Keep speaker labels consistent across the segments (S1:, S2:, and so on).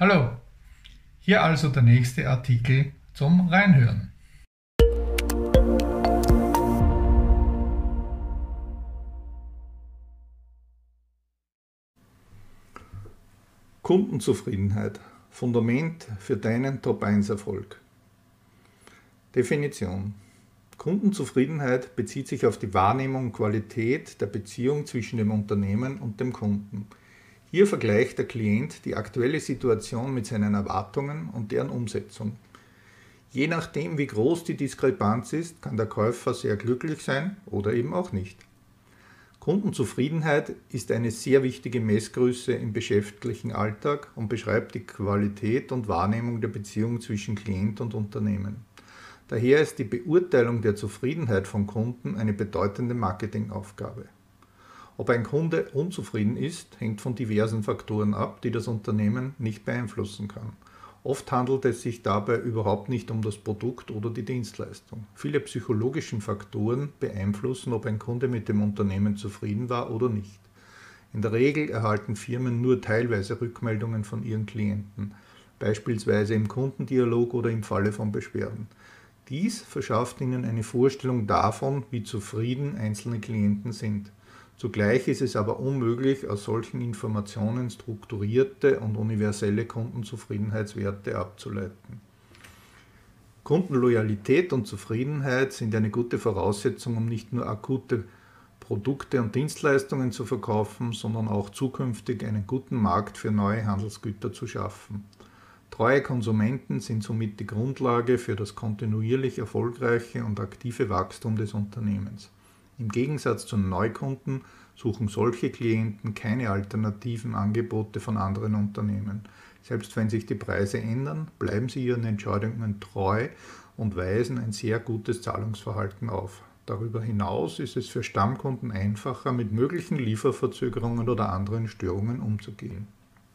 S1: Hallo, hier also der nächste Artikel zum Reinhören.
S2: Kundenzufriedenheit, Fundament für deinen Top-1-Erfolg. Definition: Kundenzufriedenheit bezieht sich auf die Wahrnehmung und Qualität der Beziehung zwischen dem Unternehmen und dem Kunden. Hier vergleicht der Klient die aktuelle Situation mit seinen Erwartungen und deren Umsetzung. Je nachdem, wie groß die Diskrepanz ist, kann der Käufer sehr glücklich sein oder eben auch nicht. Kundenzufriedenheit ist eine sehr wichtige Messgröße im geschäftlichen Alltag und beschreibt die Qualität und Wahrnehmung der Beziehung zwischen Klient und Unternehmen. Daher ist die Beurteilung der Zufriedenheit von Kunden eine bedeutende Marketingaufgabe. Ob ein Kunde unzufrieden ist, hängt von diversen Faktoren ab, die das Unternehmen nicht beeinflussen kann. Oft handelt es sich dabei überhaupt nicht um das Produkt oder die Dienstleistung. Viele psychologische Faktoren beeinflussen, ob ein Kunde mit dem Unternehmen zufrieden war oder nicht. In der Regel erhalten Firmen nur teilweise Rückmeldungen von ihren Klienten, beispielsweise im Kundendialog oder im Falle von Beschwerden. Dies verschafft ihnen eine Vorstellung davon, wie zufrieden einzelne Klienten sind. Zugleich ist es aber unmöglich, aus solchen Informationen strukturierte und universelle Kundenzufriedenheitswerte abzuleiten. Kundenloyalität und Zufriedenheit sind eine gute Voraussetzung, um nicht nur akute Produkte und Dienstleistungen zu verkaufen, sondern auch zukünftig einen guten Markt für neue Handelsgüter zu schaffen. Treue Konsumenten sind somit die Grundlage für das kontinuierlich erfolgreiche und aktive Wachstum des Unternehmens. Im Gegensatz zu Neukunden suchen solche Klienten keine alternativen Angebote von anderen Unternehmen. Selbst wenn sich die Preise ändern, bleiben sie ihren Entscheidungen treu und weisen ein sehr gutes Zahlungsverhalten auf. Darüber hinaus ist es für Stammkunden einfacher, mit möglichen Lieferverzögerungen oder anderen Störungen umzugehen.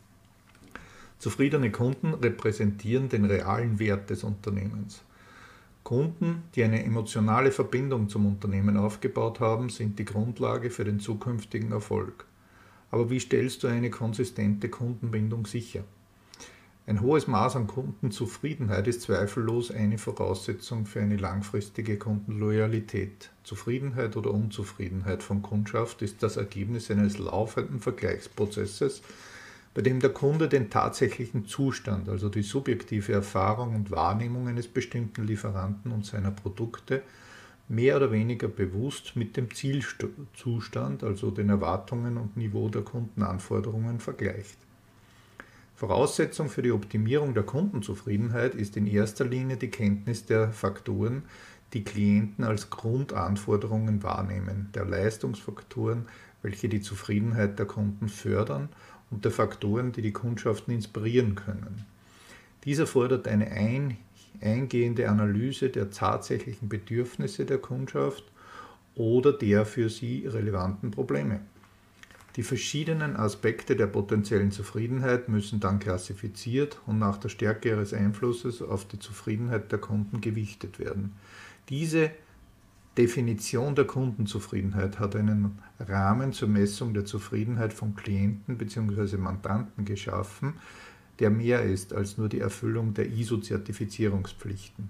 S2: Zufriedene Kunden repräsentieren den realen Wert des Unternehmens. Kunden, die eine emotionale Verbindung zum Unternehmen aufgebaut haben, sind die Grundlage für den zukünftigen Erfolg. Aber wie stellst du eine konsistente Kundenbindung sicher? Ein hohes Maß an Kundenzufriedenheit ist zweifellos eine Voraussetzung für eine langfristige Kundenloyalität. Zufriedenheit oder Unzufriedenheit von Kundschaft ist das Ergebnis eines laufenden Vergleichsprozesses, bei dem der Kunde den tatsächlichen Zustand, also die subjektive Erfahrung und Wahrnehmung eines bestimmten Lieferanten und seiner Produkte, mehr oder weniger bewusst mit dem Zielzustand, also den Erwartungen und Niveau der Kundenanforderungen vergleicht. Voraussetzung für die Optimierung der Kundenzufriedenheit ist in erster Linie die Kenntnis der Faktoren, die Klienten als Grundanforderungen wahrnehmen, der Leistungsfaktoren, welche die Zufriedenheit der Kunden fördern, und der Faktoren, die die Kundschaften inspirieren können. Dies erfordert eine eingehende Analyse der tatsächlichen Bedürfnisse der Kundschaft oder der für sie relevanten Probleme. Die verschiedenen Aspekte der potenziellen Zufriedenheit müssen dann klassifiziert und nach der Stärke ihres Einflusses auf die Zufriedenheit der Kunden gewichtet werden. Diese Definition der Kundenzufriedenheit hat einen Rahmen zur Messung der Zufriedenheit von Klienten bzw. Mandanten geschaffen, der mehr ist als nur die Erfüllung der ISO-Zertifizierungspflichten.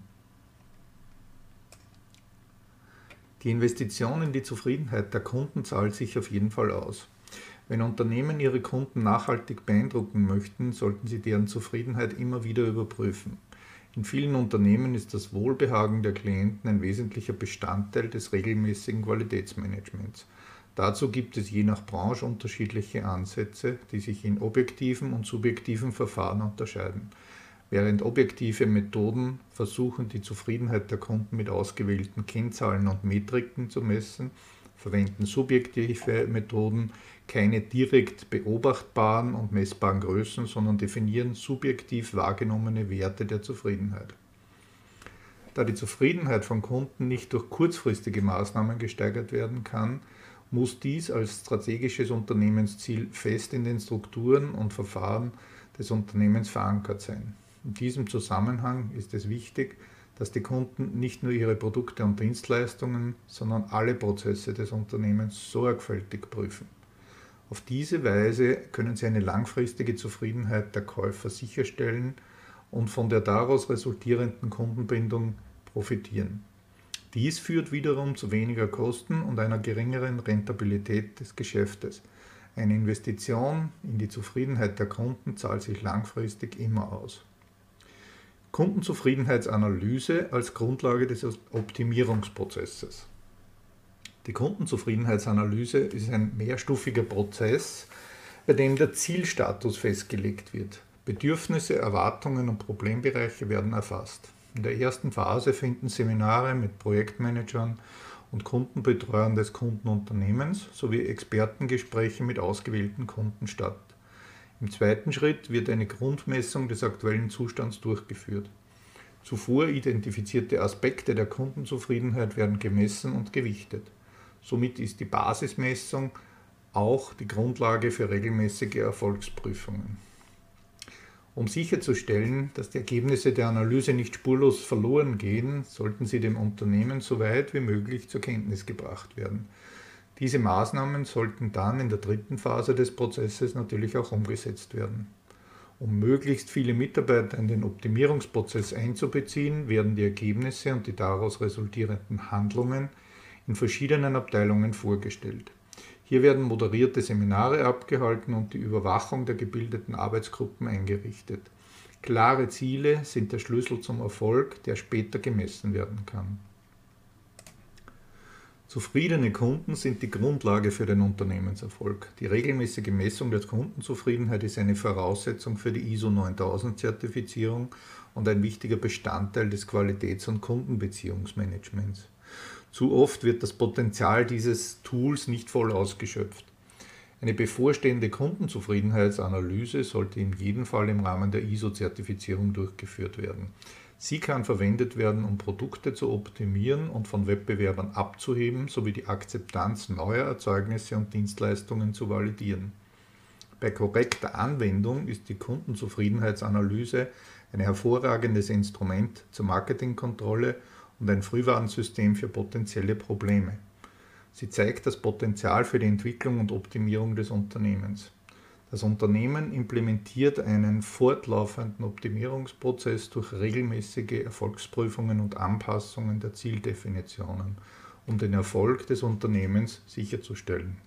S2: Die Investition in die Zufriedenheit der Kunden zahlt sich auf jeden Fall aus. Wenn Unternehmen ihre Kunden nachhaltig beeindrucken möchten, sollten sie deren Zufriedenheit immer wieder überprüfen. In vielen Unternehmen ist das Wohlbehagen der Klienten ein wesentlicher Bestandteil des regelmäßigen Qualitätsmanagements. Dazu gibt es je nach Branche unterschiedliche Ansätze, die sich in objektiven und subjektiven Verfahren unterscheiden. Während objektive Methoden versuchen, die Zufriedenheit der Kunden mit ausgewählten Kennzahlen und Metriken zu messen, verwenden subjektive Methoden keine direkt beobachtbaren und messbaren Größen, sondern definieren subjektiv wahrgenommene Werte der Zufriedenheit. Da die Zufriedenheit von Kunden nicht durch kurzfristige Maßnahmen gesteigert werden kann, muss dies als strategisches Unternehmensziel fest in den Strukturen und Verfahren des Unternehmens verankert sein. In diesem Zusammenhang ist es wichtig, dass die Kunden nicht nur ihre Produkte und Dienstleistungen, sondern alle Prozesse des Unternehmens sorgfältig prüfen. Auf diese Weise können Sie eine langfristige Zufriedenheit der Käufer sicherstellen und von der daraus resultierenden Kundenbindung profitieren. Dies führt wiederum zu weniger Kosten und einer geringeren Rentabilität des Geschäftes. Eine Investition in die Zufriedenheit der Kunden zahlt sich langfristig immer aus. Kundenzufriedenheitsanalyse als Grundlage des Optimierungsprozesses. Die Kundenzufriedenheitsanalyse ist ein mehrstufiger Prozess, bei dem der Zielstatus festgelegt wird. Bedürfnisse, Erwartungen und Problembereiche werden erfasst. In der ersten Phase finden Seminare mit Projektmanagern und Kundenbetreuern des Kundenunternehmens sowie Expertengespräche mit ausgewählten Kunden statt. Im zweiten Schritt wird eine Grundmessung des aktuellen Zustands durchgeführt. Zuvor identifizierte Aspekte der Kundenzufriedenheit werden gemessen und gewichtet. Somit ist die Basismessung auch die Grundlage für regelmäßige Erfolgsprüfungen. Um sicherzustellen, dass die Ergebnisse der Analyse nicht spurlos verloren gehen, sollten sie dem Unternehmen so weit wie möglich zur Kenntnis gebracht werden. Diese Maßnahmen sollten dann in der dritten Phase des Prozesses natürlich auch umgesetzt werden. Um möglichst viele Mitarbeiter in den Optimierungsprozess einzubeziehen, werden die Ergebnisse und die daraus resultierenden Handlungen in verschiedenen Abteilungen vorgestellt. Hier werden moderierte Seminare abgehalten und die Überwachung der gebildeten Arbeitsgruppen eingerichtet. Klare Ziele sind der Schlüssel zum Erfolg, der später gemessen werden kann. Zufriedene Kunden sind die Grundlage für den Unternehmenserfolg. Die regelmäßige Messung der Kundenzufriedenheit ist eine Voraussetzung für die ISO 9000-Zertifizierung und ein wichtiger Bestandteil des Qualitäts- und Kundenbeziehungsmanagements. Zu oft wird das Potenzial dieses Tools nicht voll ausgeschöpft. Eine bevorstehende Kundenzufriedenheitsanalyse sollte in jedem Fall im Rahmen der ISO-Zertifizierung durchgeführt werden. Sie kann verwendet werden, um Produkte zu optimieren und von Wettbewerbern abzuheben, sowie die Akzeptanz neuer Erzeugnisse und Dienstleistungen zu validieren. Bei korrekter Anwendung ist die Kundenzufriedenheitsanalyse ein hervorragendes Instrument zur Marketingkontrolle und ein Frühwarnsystem für potenzielle Probleme. Sie zeigt das Potenzial für die Entwicklung und Optimierung des Unternehmens. Das Unternehmen implementiert einen fortlaufenden Optimierungsprozess durch regelmäßige Erfolgsprüfungen und Anpassungen der Zieldefinitionen, um den Erfolg des Unternehmens sicherzustellen.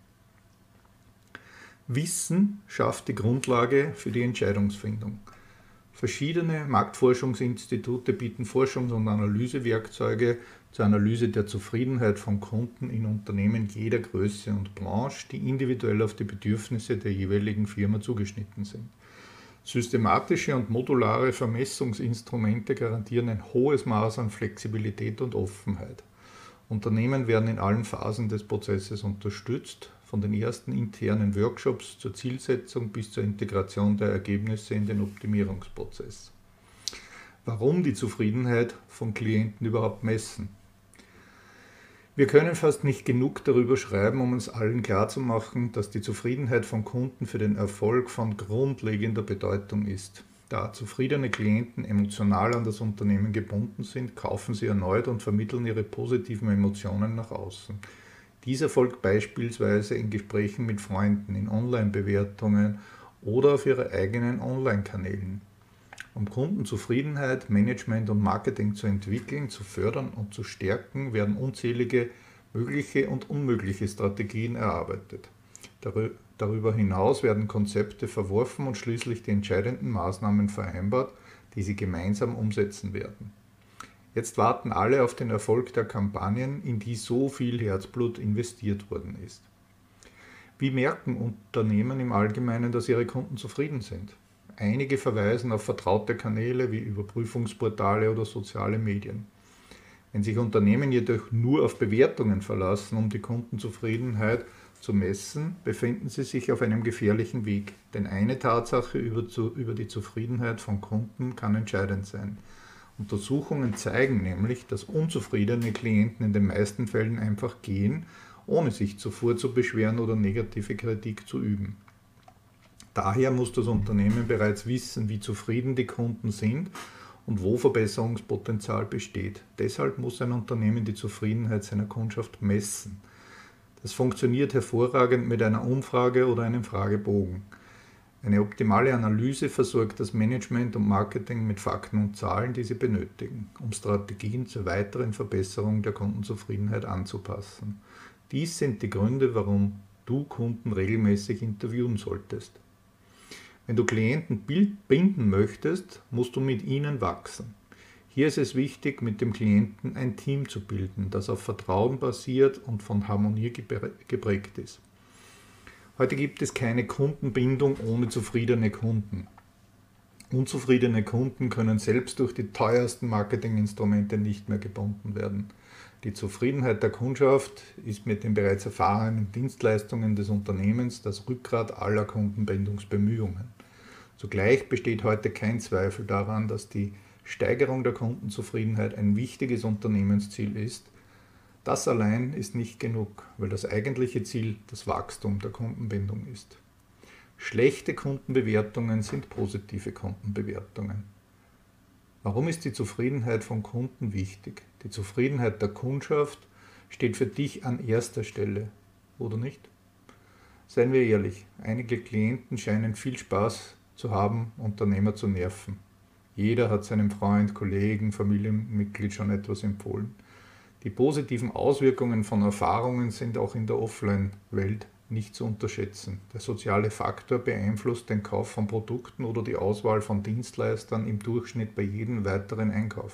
S2: Wissen schafft die Grundlage für die Entscheidungsfindung. Verschiedene Marktforschungsinstitute bieten Forschungs- und Analysewerkzeuge zur Analyse der Zufriedenheit von Kunden in Unternehmen jeder Größe und Branche, die individuell auf die Bedürfnisse der jeweiligen Firma zugeschnitten sind. Systematische und modulare Vermessungsinstrumente garantieren ein hohes Maß an Flexibilität und Offenheit. Unternehmen werden in allen Phasen des Prozesses unterstützt, von den ersten internen Workshops zur Zielsetzung bis zur Integration der Ergebnisse in den Optimierungsprozess. Warum die Zufriedenheit von Klienten überhaupt messen? Wir können fast nicht genug darüber schreiben, um uns allen klarzumachen, dass die Zufriedenheit von Kunden für den Erfolg von grundlegender Bedeutung ist. Da zufriedene Klienten emotional an das Unternehmen gebunden sind, kaufen sie erneut und vermitteln ihre positiven Emotionen nach außen. Dies erfolgt beispielsweise in Gesprächen mit Freunden, in Online-Bewertungen oder auf ihre eigenen Online-Kanälen. Um Kundenzufriedenheit, Management und Marketing zu entwickeln, zu fördern und zu stärken, werden unzählige mögliche und unmögliche Strategien erarbeitet. Darüber hinaus werden Konzepte verworfen und schließlich die entscheidenden Maßnahmen vereinbart, die sie gemeinsam umsetzen werden. Jetzt warten alle auf den Erfolg der Kampagnen, in die so viel Herzblut investiert worden ist. Wie merken Unternehmen im Allgemeinen, dass ihre Kunden zufrieden sind? Einige verweisen auf vertraute Kanäle wie Überprüfungsportale oder soziale Medien. Wenn sich Unternehmen jedoch nur auf Bewertungen verlassen, um die Kundenzufriedenheit zu messen, befinden sie sich auf einem gefährlichen Weg. Denn eine Tatsache über die Zufriedenheit von Kunden kann entscheidend sein. Untersuchungen zeigen nämlich, dass unzufriedene Klienten in den meisten Fällen einfach gehen, ohne sich zuvor zu beschweren oder negative Kritik zu üben. Daher muss das Unternehmen bereits wissen, wie zufrieden die Kunden sind und wo Verbesserungspotenzial besteht. Deshalb muss ein Unternehmen die Zufriedenheit seiner Kundschaft messen. Das funktioniert hervorragend mit einer Umfrage oder einem Fragebogen. Eine optimale Analyse versorgt das Management und Marketing mit Fakten und Zahlen, die sie benötigen, um Strategien zur weiteren Verbesserung der Kundenzufriedenheit anzupassen. Dies sind die Gründe, warum du Kunden regelmäßig interviewen solltest. Wenn du Klienten binden möchtest, musst du mit ihnen wachsen. Hier ist es wichtig, mit dem Klienten ein Team zu bilden, das auf Vertrauen basiert und von Harmonie geprägt ist. Heute gibt es keine Kundenbindung ohne zufriedene Kunden. Unzufriedene Kunden können selbst durch die teuersten Marketinginstrumente nicht mehr gebunden werden. Die Zufriedenheit der Kundschaft ist mit den bereits erfahrenen Dienstleistungen des Unternehmens das Rückgrat aller Kundenbindungsbemühungen. Zugleich besteht heute kein Zweifel daran, dass die Steigerung der Kundenzufriedenheit ein wichtiges Unternehmensziel ist. Das allein ist nicht genug, weil das eigentliche Ziel das Wachstum der Kundenbindung ist. Schlechte Kundenbewertungen sind positive Kundenbewertungen. Warum ist die Zufriedenheit von Kunden wichtig? Die Zufriedenheit der Kundschaft steht für dich an erster Stelle, oder nicht? Seien wir ehrlich, einige Klienten scheinen viel Spaß zu haben, Unternehmer zu nerven. Jeder hat seinem Freund, Kollegen, Familienmitglied schon etwas empfohlen. Die positiven Auswirkungen von Erfahrungen sind auch in der Offline-Welt nicht zu unterschätzen. Der soziale Faktor beeinflusst den Kauf von Produkten oder die Auswahl von Dienstleistern im Durchschnitt bei jedem weiteren Einkauf.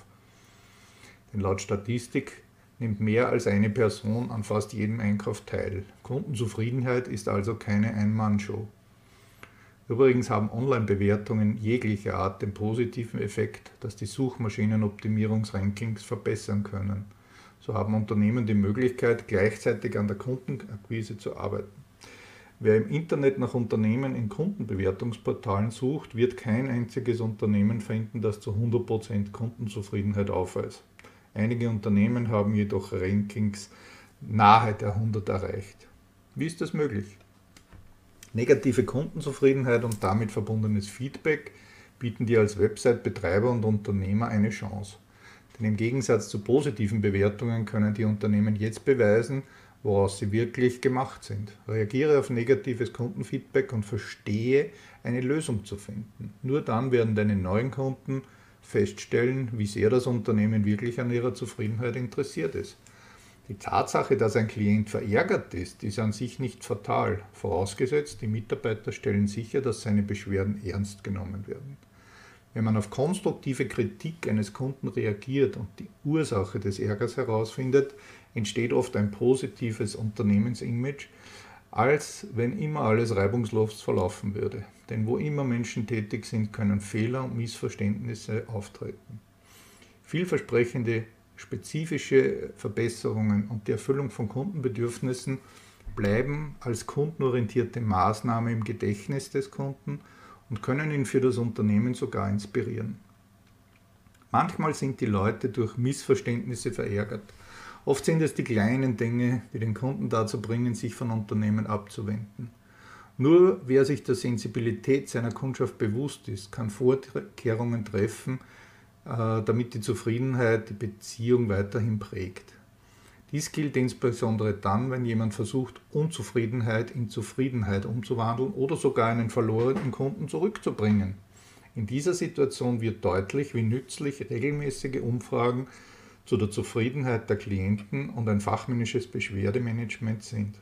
S2: Denn laut Statistik nimmt mehr als eine Person an fast jedem Einkauf teil. Kundenzufriedenheit ist also keine Ein-Mann-Show. Übrigens haben Online-Bewertungen jeglicher Art den positiven Effekt, dass die Suchmaschinenoptimierungsrankings verbessern können. So haben Unternehmen die Möglichkeit, gleichzeitig an der Kundenakquise zu arbeiten. Wer im Internet nach Unternehmen in Kundenbewertungsportalen sucht, wird kein einziges Unternehmen finden, das zu 100% Kundenzufriedenheit aufweist. Einige Unternehmen haben jedoch Rankings nahe der 100 erreicht. Wie ist das möglich? Negative Kundenzufriedenheit und damit verbundenes Feedback bieten dir als Website-Betreiber und Unternehmer eine Chance. Denn im Gegensatz zu positiven Bewertungen können die Unternehmen jetzt beweisen, woraus sie wirklich gemacht sind. Reagiere auf negatives Kundenfeedback und verstehe, eine Lösung zu finden. Nur dann werden deine neuen Kunden feststellen, wie sehr das Unternehmen wirklich an ihrer Zufriedenheit interessiert ist. Die Tatsache, dass ein Klient verärgert ist an sich nicht fatal, vorausgesetzt, die Mitarbeiter stellen sicher, dass seine Beschwerden ernst genommen werden. Wenn man auf konstruktive Kritik eines Kunden reagiert und die Ursache des Ärgers herausfindet, entsteht oft ein positives Unternehmensimage, als wenn immer alles reibungslos verlaufen würde. Denn wo immer Menschen tätig sind, können Fehler und Missverständnisse auftreten. Vielversprechende spezifische Verbesserungen und die Erfüllung von Kundenbedürfnissen bleiben als kundenorientierte Maßnahme im Gedächtnis des Kunden und können ihn für das Unternehmen sogar inspirieren. Manchmal sind die Leute durch Missverständnisse verärgert. Oft sind es die kleinen Dinge, die den Kunden dazu bringen, sich von Unternehmen abzuwenden. Nur wer sich der Sensibilität seiner Kundschaft bewusst ist, kann Vorkehrungen treffen, damit die Zufriedenheit die Beziehung weiterhin prägt. Dies gilt insbesondere dann, wenn jemand versucht, Unzufriedenheit in Zufriedenheit umzuwandeln oder sogar einen verlorenen Kunden zurückzubringen. In dieser Situation wird deutlich, wie nützlich regelmäßige Umfragen zu der Zufriedenheit der Klienten und ein fachmännisches Beschwerdemanagement sind.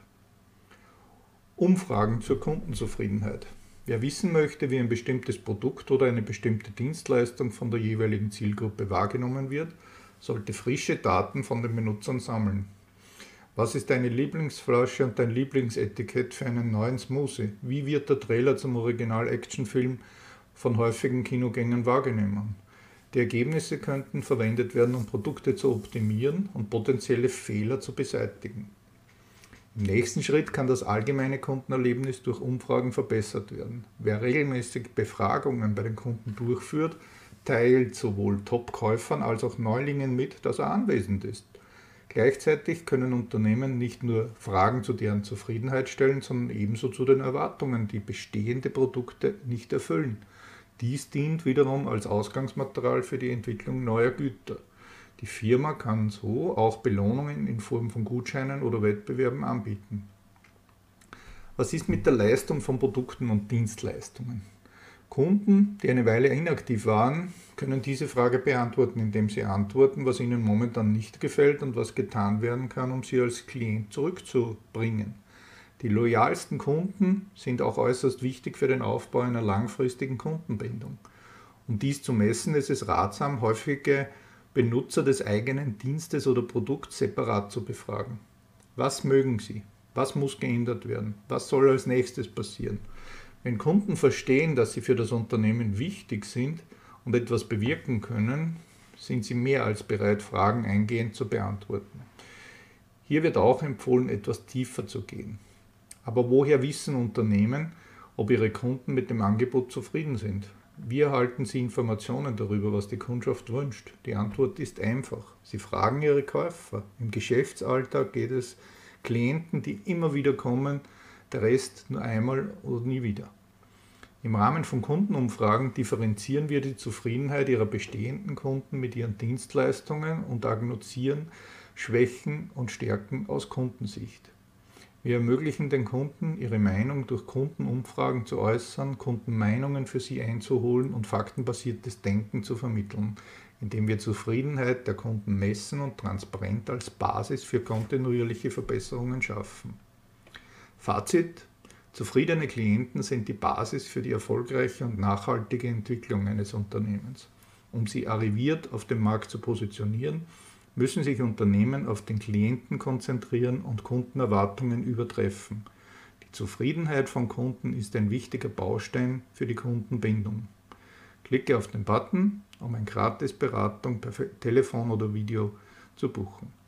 S2: Umfragen zur Kundenzufriedenheit. Wer wissen möchte, wie ein bestimmtes Produkt oder eine bestimmte Dienstleistung von der jeweiligen Zielgruppe wahrgenommen wird, sollte frische Daten von den Benutzern sammeln. Was ist deine Lieblingsflasche und dein Lieblingsetikett für einen neuen Smoothie? Wie wird der Trailer zum Original-Actionfilm von häufigen Kinogängern wahrgenommen? Die Ergebnisse könnten verwendet werden, um Produkte zu optimieren und potenzielle Fehler zu beseitigen. Im nächsten Schritt kann das allgemeine Kundenerlebnis durch Umfragen verbessert werden. Wer regelmäßig Befragungen bei den Kunden durchführt, teilt sowohl Top-Käufern als auch Neulingen mit, dass er anwesend ist. Gleichzeitig können Unternehmen nicht nur Fragen zu deren Zufriedenheit stellen, sondern ebenso zu den Erwartungen, die bestehende Produkte nicht erfüllen. Dies dient wiederum als Ausgangsmaterial für die Entwicklung neuer Güter. Die Firma kann so auch Belohnungen in Form von Gutscheinen oder Wettbewerben anbieten. Was ist mit der Leistung von Produkten und Dienstleistungen? Kunden, die eine Weile inaktiv waren, können diese Frage beantworten, indem sie antworten, was ihnen momentan nicht gefällt und was getan werden kann, um sie als Klient zurückzubringen. Die loyalsten Kunden sind auch äußerst wichtig für den Aufbau einer langfristigen Kundenbindung. Um dies zu messen, ist es ratsam, häufige Benutzer des eigenen Dienstes oder Produkts separat zu befragen. Was mögen sie? Was muss geändert werden? Was soll als nächstes passieren? Wenn Kunden verstehen, dass sie für das Unternehmen wichtig sind und etwas bewirken können, sind sie mehr als bereit, Fragen eingehend zu beantworten. Hier wird auch empfohlen, etwas tiefer zu gehen. Aber woher wissen Unternehmen, ob ihre Kunden mit dem Angebot zufrieden sind? Wie erhalten sie Informationen darüber, was die Kundschaft wünscht? Die Antwort ist einfach. Sie fragen ihre Käufer. Im Geschäftsalltag geht es Klienten, die immer wieder kommen, der Rest nur einmal oder nie wieder. Im Rahmen von Kundenumfragen differenzieren wir die Zufriedenheit ihrer bestehenden Kunden mit ihren Dienstleistungen und diagnostizieren Schwächen und Stärken aus Kundensicht. Wir ermöglichen den Kunden, ihre Meinung durch Kundenumfragen zu äußern, Kundenmeinungen für sie einzuholen und faktenbasiertes Denken zu vermitteln, indem wir Zufriedenheit der Kunden messen und transparent als Basis für kontinuierliche Verbesserungen schaffen. Fazit: Zufriedene Klienten sind die Basis für die erfolgreiche und nachhaltige Entwicklung eines Unternehmens. Um sie arriviert auf dem Markt zu positionieren, müssen sich Unternehmen auf den Klienten konzentrieren und Kundenerwartungen übertreffen. Die Zufriedenheit von Kunden ist ein wichtiger Baustein für die Kundenbindung. Klicke auf den Button, um eine Gratisberatung per Telefon oder Video zu buchen.